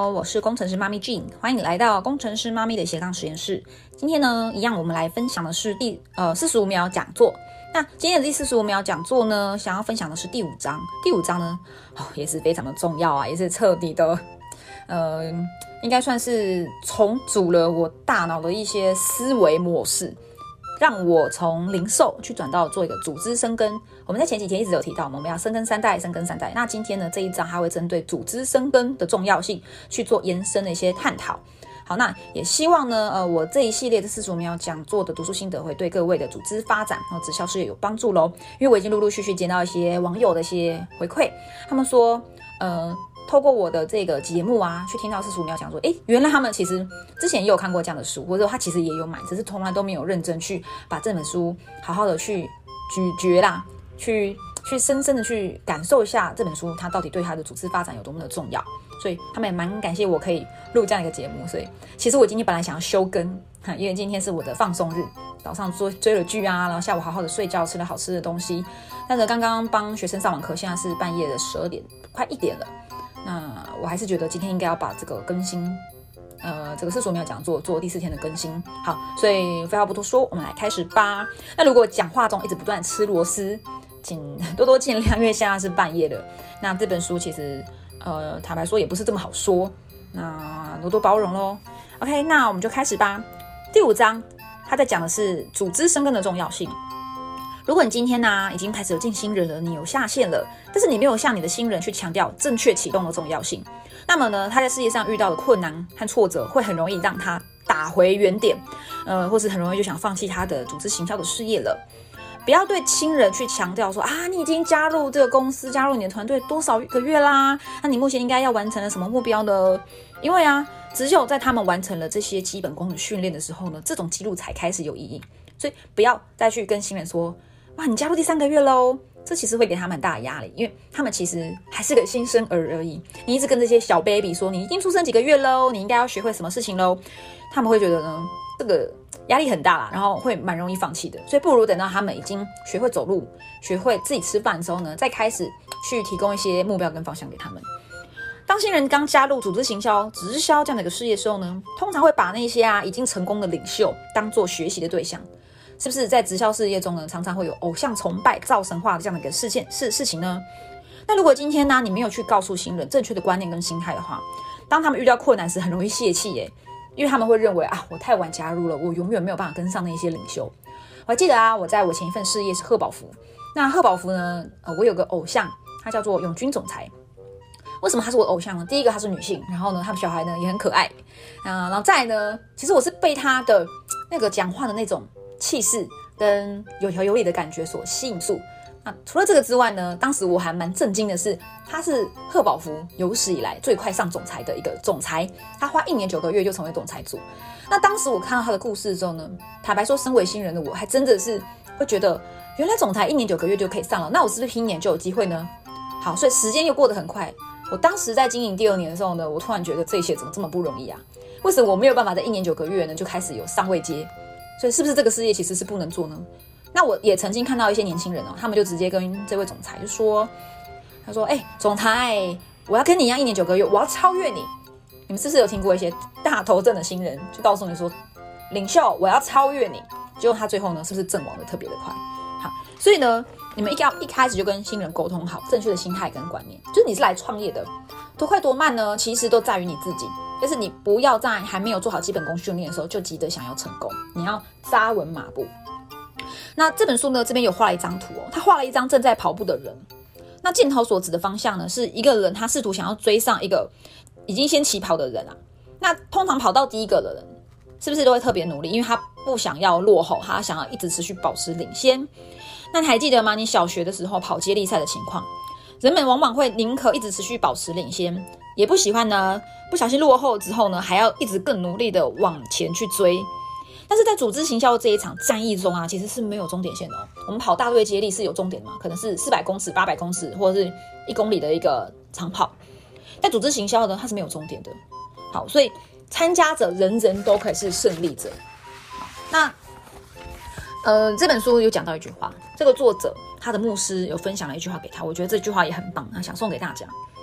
好，我是工程师妈咪 Jean， 欢迎你来到工程师妈咪的斜杠实验室。今天呢，一样我们来分享的是第45秒讲座。那今天的第45秒讲座呢，想要分享的是第5章。第5章呢，也是非常的重要啊，也是彻底的，应该算是重组了我大脑的一些思维模式，让我从零售去转到做一个组织深耕。我们在前几天一直有提到，我们要深耕3代，深耕3代。那今天呢，这一章它会针对组织深耕的重要性去做延伸的一些探讨。好，那也希望呢，我这一系列的45秒讲座的读书心得会对各位的组织发展和直销事业有帮助咯。因为我已经陆陆续续接到一些网友的一些回馈，他们说，透过我的这个节目啊，去听到45秒讲座，原来他们其实之前也有看过这样的书，或者他其实也有买，只是从来都没有认真去把这本书好好的去咀嚼啦，去深深的去感受一下这本书它到底对他的组织发展有多么的重要。所以他们也蛮感谢我可以录这样一个节目。所以其实我今天本来想要休更，因为今天是我的放松日，早上追了剧啊，然后下午好好的睡觉，吃了好吃的东西。但是刚刚帮学生上完课，现在是半夜的12点，快1点了。那我还是觉得今天应该要把这个更新，这个45秒讲座做第4天的更新。好，所以废话不多说，我们来开始吧。那如果讲话中一直不断吃螺丝，请多多见谅，因为现在是半夜了。那这本书其实坦白说也不是这么好说，那多多包容咯。 OK， 那我们就开始吧。第5章它在讲的是组织深耕的重要性。如果你今天呢，已经开始有进新人了，你有下线了，但是你没有向你的新人去强调正确启动的重要性，那么呢，他在事业上遇到的困难和挫折会很容易让他打回原点，或是很容易就想放弃他的组织行销的事业了。不要对新人去强调说你已经加入这个公司，加入你的团队多少个月啦，那你目前应该要完成了什么目标呢？因为只有在他们完成了这些基本功的训练的时候呢，这种记录才开始有意义。所以不要再去跟新人说，哇，你加入第3个月咯，这其实会给他们很大的压力，因为他们其实还是个新生儿而已。你一直跟这些小 baby 说你已经出生几个月咯，你应该要学会什么事情咯，他们会觉得呢，这个压力很大啦，然后会蛮容易放弃的。所以不如等到他们已经学会走路，学会自己吃饭的时候呢，再开始去提供一些目标跟方向给他们。当新人刚加入组织行销、直销这样的一个事业的时候呢，通常会把那些已经成功的领袖当作学习的对象。是不是在直销事业中呢，常常会有偶像崇拜、造神话的这样的一个事情呢？那如果今天呢，你没有去告诉新人正确的观念跟心态的话，当他们遇到困难时，很容易泄气耶，因为他们会认为我太晚加入了，我永远没有办法跟上那些领袖。我还记得我在我前一份事业是贺宝福，那贺宝福呢，我有个偶像，他叫做永军总裁。为什么他是我的偶像呢？第一个他是女性，然后呢，他的小孩呢也很可爱，然后再来呢，其实我是被他的那个讲话的那种气势跟有条有理的感觉所吸引住。那除了这个之外呢，当时我还蛮震惊的是，他是贺宝福有史以来最快上总裁的一个总裁，他花1年9个月就成为总裁组。那当时我看到他的故事之后呢，坦白说，身为新人的我还真的是会觉得，原来总裁1年9个月就可以上了，那我是不是1年就有机会呢？好，所以时间又过得很快。我当时在经营第2年的时候呢，我突然觉得这一切怎么这么不容易啊？为什么我没有办法在1年9个月呢就开始有上位阶？所以是不是这个事业其实是不能做呢？那我也曾经看到一些年轻人他们就直接跟这位总裁就说，他说总裁，我要跟你一样1年9个月，我要超越你。你们是不是有听过一些大头症的新人就告诉你说，领袖，我要超越你，结果他最后呢是不是阵亡的特别的快？好，所以呢，你们一开始就跟新人沟通好正确的心态跟观念，就是你是来创业的，多快多慢呢，其实都在于你自己。就是你不要在还没有做好基本功训练的时候就急着想要成功，你要扎稳马步。那这本书呢，这边有画了一张图他画了一张正在跑步的人。那箭头所指的方向呢，是一个人他试图想要追上一个已经先起跑的人那通常跑到第一个的人，是不是都会特别努力？因为他不想要落后，他想要一直持续保持领先。那你还记得吗？你小学的时候跑接力赛的情况，人们往往会宁可一直持续保持领先，也不喜欢呢不小心落后之后呢，还要一直更努力的往前去追。但是在组织行销这一场战役中其实是没有终点线的我们跑大队接力是有终点的嘛？可能是400公尺、800公尺，或者是1公里的一个长跑。但组织行销呢，它是没有终点的。好，所以参加者人人都可以是胜利者。那这本书有讲到一句话，这个作者他的牧师有分享了一句话给他，我觉得这句话也很棒想送给大家。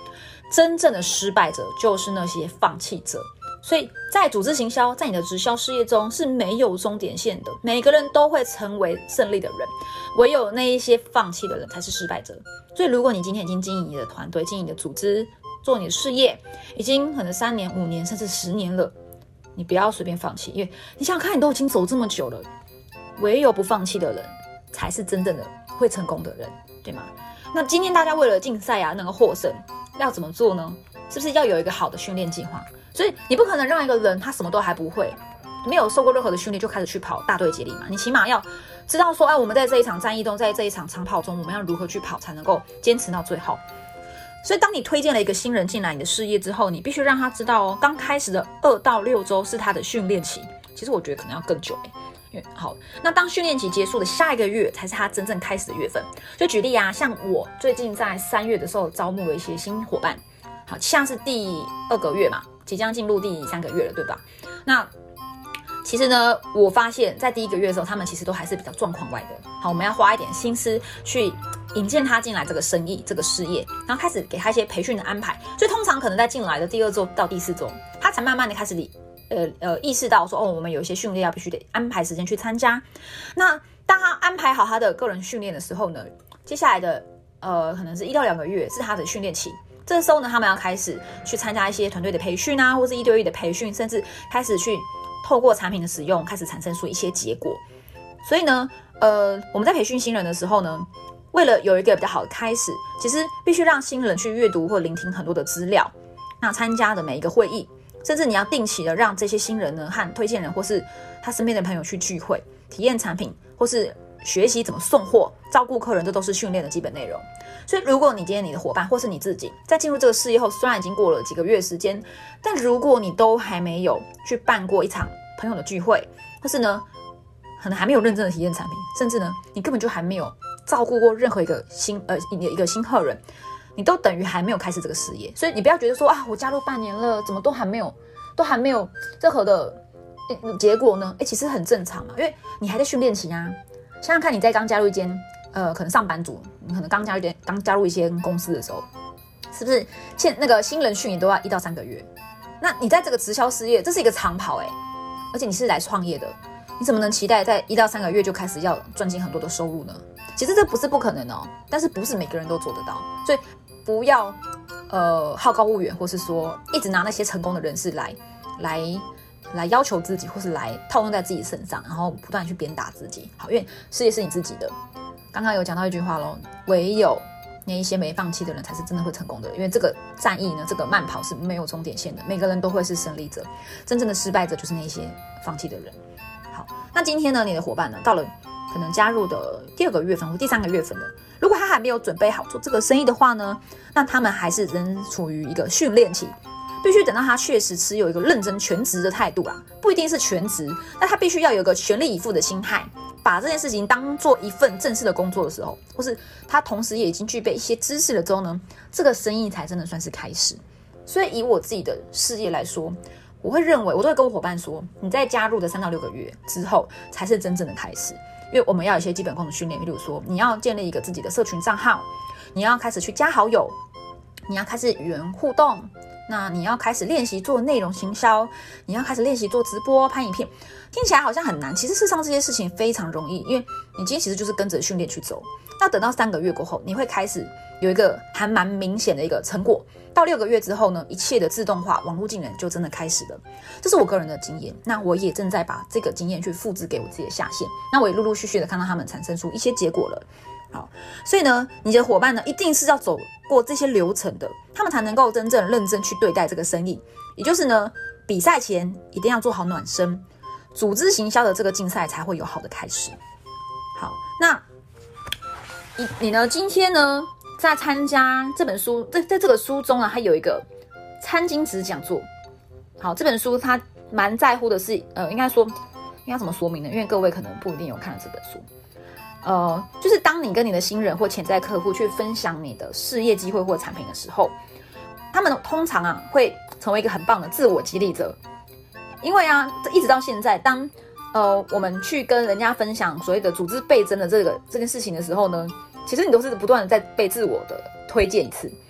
真正的失败者就是那些放弃者。所以在组织行销，在你的直销事业中是没有终点线的，每个人都会成为胜利的人，唯有那一些放弃的人才是失败者。所以如果你今天已经经营你的团队，经营你的组织，做你的事业，已经可能3年、5年甚至10年了，你不要随便放弃，因为你想想看，你都已经走这么久了，唯有不放弃的人才是真正的会成功的人，对吗？那今天大家为了竞赛能够获胜，要怎么做呢？是不是要有一个好的训练计划？所以你不可能让一个人他什么都还不会，没有受过任何的训练就开始去跑大队接力嘛。你起码要知道说，我们在这一场战役中，在这一场长跑中，我们要如何去跑才能够坚持到最后。所以当你推荐了一个新人进来你的事业之后，你必须让他知道刚开始的2到6周是他的训练期，其实我觉得可能要更久因为好，那当训练期结束的下一个月才是他真正开始的月份。就举例像我最近在3月的时候招募了一些新伙伴，好，像是第2个月嘛，即将进入第3个月了，对吧？那其实呢，我发现在第1个月的时候，他们其实都还是比较状况外的。好，我们要花一点心思去引荐他进来这个生意、这个事业，然后开始给他一些培训的安排。所以通常可能在进来的第2周到第4周，他才慢慢的开始意识到说，我们有一些训练要必须得安排时间去参加。那当他安排好他的个人训练的时候呢，接下来的可能是1到2个月是他的训练期。这个时候呢，他们要开始去参加一些团队的培训或是1对1的培训，甚至开始去透过产品的使用，开始产生出一些结果。所以呢，我们在培训新人的时候呢，为了有一个比较好的开始，其实必须让新人去阅读或聆听很多的资料，那参加的每一个会议，甚至你要定期的让这些新人呢和推荐人或是他身边的朋友去聚会，体验产品，或是学习怎么送货、照顾客人，这都是训练的基本内容。所以如果你今天你的伙伴或是你自己在进入这个事业后，虽然已经过了几个月的时间，但如果你都还没有去办过一场朋友的聚会，或是呢可能还没有认真的体验产品，甚至呢你根本就还没有照顾过任何一个新客人，你都等于还没有开始这个事业。所以你不要觉得说我加入半年了，怎么都还没有任何的结果呢？其实很正常嘛，因为你还在训练期想想看，你在刚加入一间可能上班族，你可能刚加入一些公司的时候，是不是那个新人训你都要1到3个月？那你在这个直销事业，这是一个长跑而且你是来创业的，你怎么能期待在1到3个月就开始要赚进很多的收入呢？其实这不是不可能但是不是每个人都做得到，所以不要好高骛远，或是说一直拿那些成功的人士来要求自己，或是来套用在自己身上，然后不断去鞭打自己。好，因为事业是你自己的。刚刚有讲到一句话咯，唯有那一些没放弃的人才是真的会成功的，因为这个战役呢，这个慢跑是没有终点线的，每个人都会是胜利者，真正的失败者就是那些放弃的人。好，那今天呢，你的伙伴呢，到了可能加入的第2个月份或第3个月份了，如果他还没有准备好做这个生意的话呢，那他们还是仍处于一个训练期，必须等到他确实持有一个认真全职的态度不一定是全职，但他必须要有一个全力以赴的心态，把这件事情当做一份正式的工作的时候，或是他同时也已经具备一些知识了之后呢，这个生意才真的算是开始。所以以我自己的事业来说，我会认为，我都会跟我伙伴说，你在加入的3到6个月之后才是真正的开始，因为我们要有一些基本功的训练，例如说你要建立一个自己的社群账号，你要开始去加好友，你要开始与人互动，那你要开始练习做内容行销，你要开始练习做直播拍影片。听起来好像很难，其实事实上这些事情非常容易，因为你今天其实就是跟着训练去走。那等到3个月过后，你会开始有一个还蛮明显的一个成果，到6个月之后呢，一切的自动化网络技能就真的开始了。这是我个人的经验，那我也正在把这个经验去复制给我自己的下线，那我也陆陆续续的看到他们产生出一些结果了。好，所以呢，你的伙伴呢，一定是要走过这些流程的，他们才能够真正认真去对待这个生意。也就是呢，比赛前一定要做好暖身，组织行销的这个竞赛才会有好的开始。好，那你呢？今天呢，在参加这本书，在这个书中呢，它有一个餐巾纸讲座。好，这本书它蛮在乎的是，应该怎么说明呢？因为各位可能不一定有看了这本书。就是当你跟你的新人或潜在客户去分享你的事业机会或产品的时候，他们通常会成为一个很棒的自我激励者。因为一直到现在，当我们去跟人家分享所谓的组织倍增的这件事情的时候呢，其实你都是不断的在被自我的推荐一次。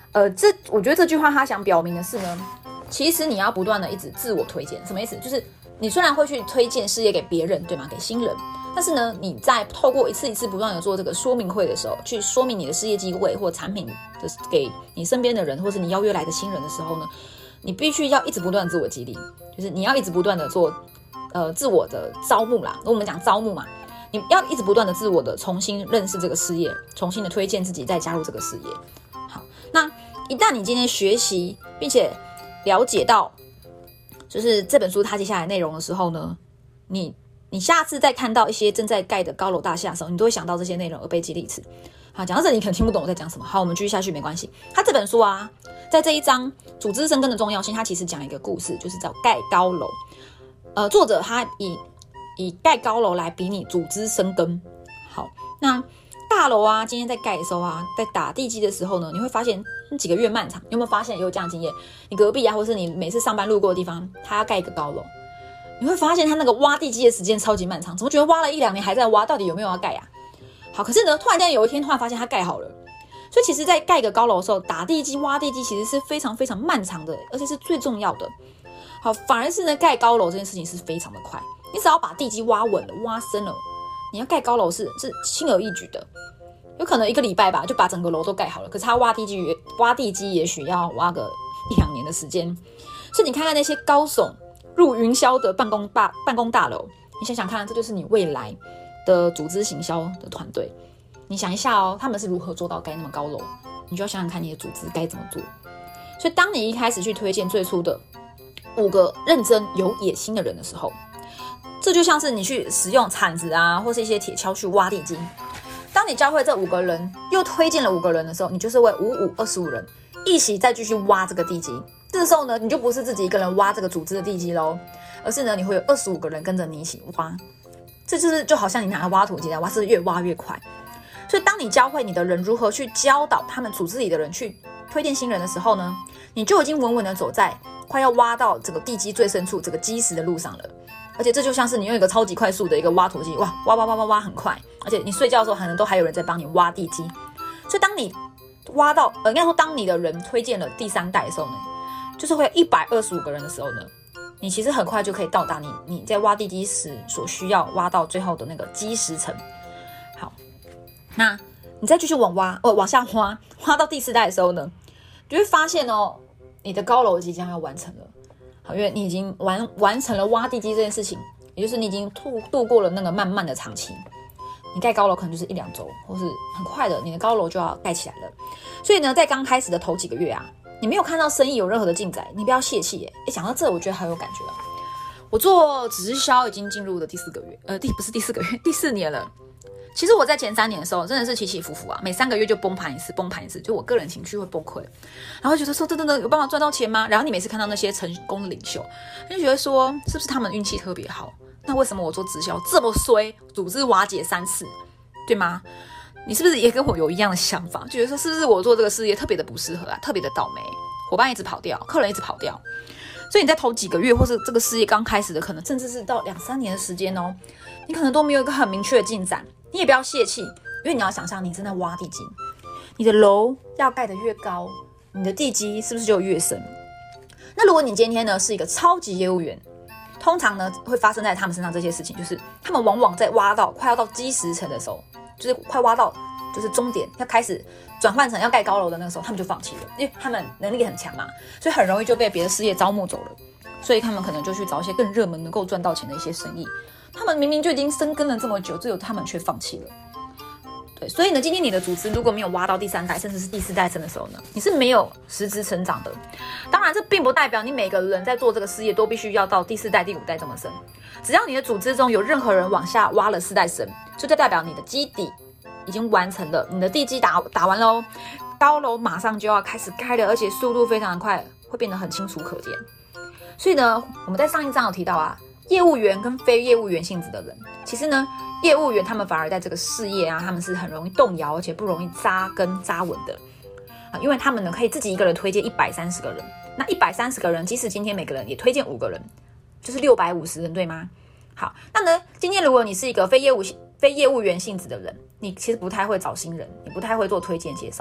我觉得这句话他想表明的是呢，其实你要不断的一直自我推荐，什么意思？就是你虽然会去推荐事业给别人，对吗？给新人，但是呢，你在透过一次一次不断的做这个说明会的时候，去说明你的事业机会或产品的给你身边的人，或是你邀约来的新人的时候呢，你必须要一直不断的自我激励，就是你要一直不断的做自我的招募啦。我们讲招募嘛，你要一直不断的自我的重新认识这个事业，重新的推荐自己，再加入这个事业。好，那一旦你今天学习并且了解到就是这本书它接下来内容的时候呢，你下次再看到一些正在盖的高楼大厦的时候，你都会想到这些内容而被激励一次。好，讲到这里你可能听不懂我在讲什么，好，我们继续下去没关系。他这本书啊，在这一章组织生根的重要性，他其实讲一个故事，就是叫盖高楼。作者他以盖高楼来比拟组织生根。好，那大楼啊，今天在盖的时候啊，在打地基的时候呢，你会发现几个月漫长。你有没有发现有这样的经验？你隔壁啊，或是你每次上班路过的地方，他要盖一个高楼，你会发现他那个挖地基的时间超级漫长，怎么觉得挖了1-2年还在挖，到底有没有要盖啊？好，可是呢，突然间有一天，突然发现它盖好了。所以其实在盖一个高楼的时候，打地基、挖地基其实是非常非常漫长的，而且是最重要的。好，反而是呢，盖高楼这件事情是非常的快，你只要把地基挖稳了、挖深了，你要盖高楼是轻而易举的，有可能1个礼拜吧，就把整个楼都盖好了。可是他挖地基也许要挖个1-2年的时间。所以你看看那些高耸入云霄的办公大楼，你想想看，这就是你未来的组织行销的团队。你想一下哦，他们是如何做到盖那么高楼？你就要想想看你的组织该怎么做。所以当你一开始去推荐最初的5个认真有野心的人的时候，这就像是你去使用铲子啊，或是一些铁锹去挖地基。当你教会这5个人，又推荐了5个人的时候，你就是为25人一起再继续挖这个地基。这时候呢，你就不是自己一个人挖这个组织的地基咯，而是呢，你会有25个人跟着你一起挖。这就好像你拿挖土机来挖，是越挖越快。所以当你教会你的人如何去教导他们组织里的人去推荐新人的时候呢，你就已经稳稳的走在快要挖到这个地基最深处这个基石的路上了。而且这就像是你用一个超级快速的一个挖土机，哇，挖很快，而且你睡觉的时候可能都还有人在帮你挖地基。所以当你挖到应该说当你的人推荐了第3代的时候呢，就是会有125个人的时候呢，你其实很快就可以到达你在挖地基时所需要挖到最后的那个基石层。好，那你再继续往下挖到第4代的时候呢，你就会发现哦，你的高楼即将要完成了。好，因为你已经完成了挖地基这件事情，也就是你已经度过了那个漫漫的长期。你盖高楼可能就是1-2周，或是很快的，你的高楼就要盖起来了。所以呢，在刚开始的头几个月啊，你没有看到生意有任何的进展，你不要泄气耶。讲到这，我觉得很有感觉啊。我做直销已经进入了第4个月，不是第4个月，第4年了。其实我在前3年的时候真的是起起伏伏啊，每3个月就崩盘一次，就我个人情绪会崩溃，然后觉得说真的有办法赚到钱吗？然后你每次看到那些成功的领袖，你就觉得说是不是他们运气特别好？那为什么我做直销这么衰，组织瓦解3次，对吗？你是不是也跟我有一样的想法？觉得说是不是我做这个事业特别的不适合啊，特别的倒霉，伙伴一直跑掉，客人一直跑掉。所以你在头几个月或是这个事业刚开始的，可能甚至是到2-3年的时间哦，你可能都没有一个很明确的进展。你也不要泄气，因为你要想象你正在挖地基，你的楼要盖得越高，你的地基是不是就越深？那如果你今天呢是一个超级业务员，通常呢会发生在他们身上这些事情，就是他们往往在挖到快要到基石层的时候，就是快挖到就是终点要开始转换成要盖高楼的那个时候，他们就放弃了，因为他们能力很强嘛，所以很容易就被别的事业招募走了，所以他们可能就去找一些更热门能够赚到钱的一些生意。他们明明就已经深耕了这么久，只有他们却放弃了。对，所以呢，今天你的组织如果没有挖到第3代，甚至是第4代深的时候呢，你是没有实质成长的。当然，这并不代表你每个人在做这个事业都必须要到第4代、第5代这么深。只要你的组织中有任何人往下挖了4代深，就代表你的基底已经完成了，你的地基打完喽，高楼马上就要开始盖了，而且速度非常的快，会变得很清楚可见。所以呢，我们在上一章有提到啊，业务员跟非业务员性质的人，其实呢，业务员他们反而在这个事业啊，他们是很容易动摇，而且不容易扎根扎稳的啊，因为他们呢可以自己一个人推荐130个人，那130个人，即使今天每个人也推荐5个人，就是650人，对吗？好，那呢，今天如果你是一个非业务员性质的人，你其实不太会找新人，你不太会做推荐介绍，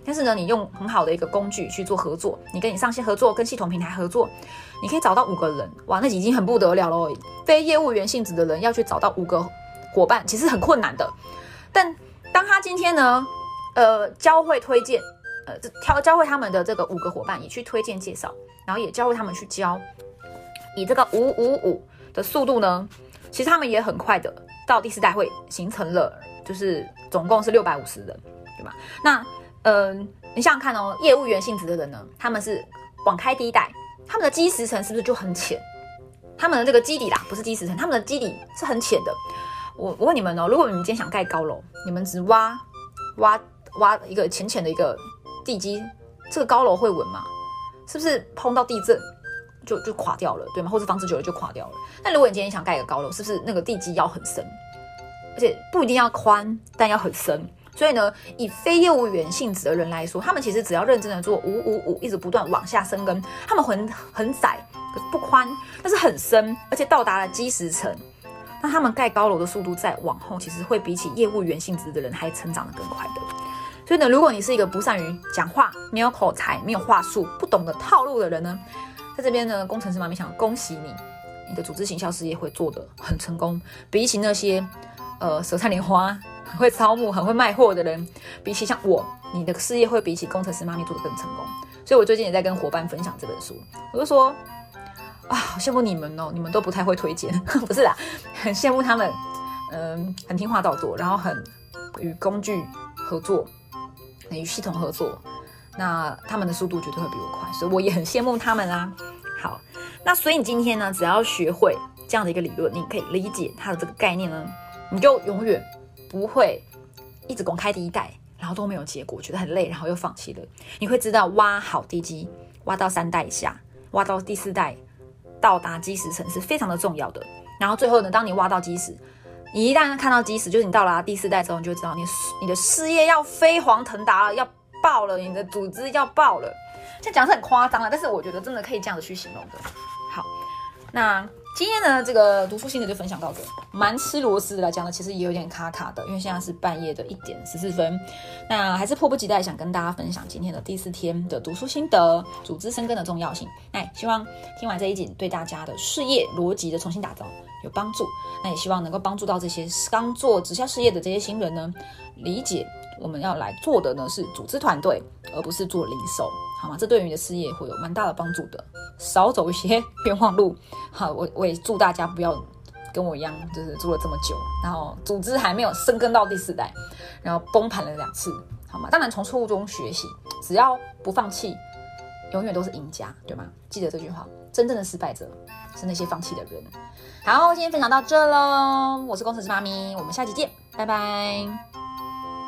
但是呢，你用很好的一个工具去做合作，你跟你上线合作，跟系统平台合作，你可以找到5个人，哇，那已经很不得了了。非业务员性质的人要去找到5个伙伴，其实很困难的。但当他今天呢，教会推荐，教会他们的这个5个伙伴也去推荐介绍，然后也教会他们去教，以这个555的速度呢，其实他们也很快的到第4代会形成了，就是总共是650人，对吧？那你想想看哦，业务员性质的人呢，他们是网开第1代，他们的基石层是不是就很浅？他们的这个基底啦，不是基石层，他们的基底是很浅的。我问你们哦，如果你们今天想盖高楼，你们只挖一个浅浅的一个地基，这个高楼会稳吗？是不是碰到地震就垮掉了，对吗？或者房子久了就垮掉了。但如果你今天想盖一个高楼，是不是那个地基要很深，而且不一定要宽，但要很深？所以呢，以非业务员性质的人来说，他们其实只要认真的做555，一直不断往下深耕，他们很窄，可是不宽，但是很深，而且到达了基石层。那他们盖高楼的速度再往后，其实会比起业务员性质的人还成长得更快的。所以呢，如果你是一个不善于讲话、没有口才、没有话术、不懂得套路的人呢，在这边呢，工程师妈咪想恭喜你，你的组织行销事业会做得很成功，比起那些舌灿莲花、很会招募、很会卖货的人，比起像我，你的事业会比起工程师妈咪做得更成功。所以我最近也在跟伙伴分享这本书，我就说啊，好羡慕你们哦，你们都不太会推荐，不是啦，很羡慕他们，很听话照做，然后很与工具合作，与系统合作，那他们的速度绝对会比我快，所以我也很羡慕他们啦。好，那所以你今天呢，只要学会这样的一个理论，你可以理解它的这个概念呢，你就永远不会一直公开第1代，然后都没有结果，觉得很累，然后又放弃了。你会知道挖好地基，挖到3代以下，挖到第4代，到达基石层是非常的重要的。然后最后呢，当你挖到基石，你一旦看到基石，就是你到了第4代之后，你就知道你的事业要飞黄腾达了，要爆了，你的组织要爆了。这讲是很夸张了，但是我觉得真的可以这样子去形容的。好，那今天呢，这个读书心得就分享到这，蛮吃螺丝的来讲呢，其实也有点卡卡的，因为现在是半夜的1点14分，那还是迫不及待想跟大家分享今天的第4天的读书心得，组织深耕的重要性。那希望听完这一集对大家的事业逻辑的重新打造有帮助，那也希望能够帮助到这些刚做直销事业的这些新人呢，理解我们要来做的呢是组织团队，而不是做零售，好吗？这对于你的事业会有蛮大的帮助的，少走一些冤枉路。好，我也祝大家不要跟我一样，就是做了这么久，然后组织还没有深耕到第4代，然后崩盘了2次，好吗？当然从错误中学习，只要不放弃，永远都是赢家，对吗？记得这句话，真正的失败者是那些放弃的人。好，今天分享到这咯，我是工程师妈咪，我们下期见，拜拜。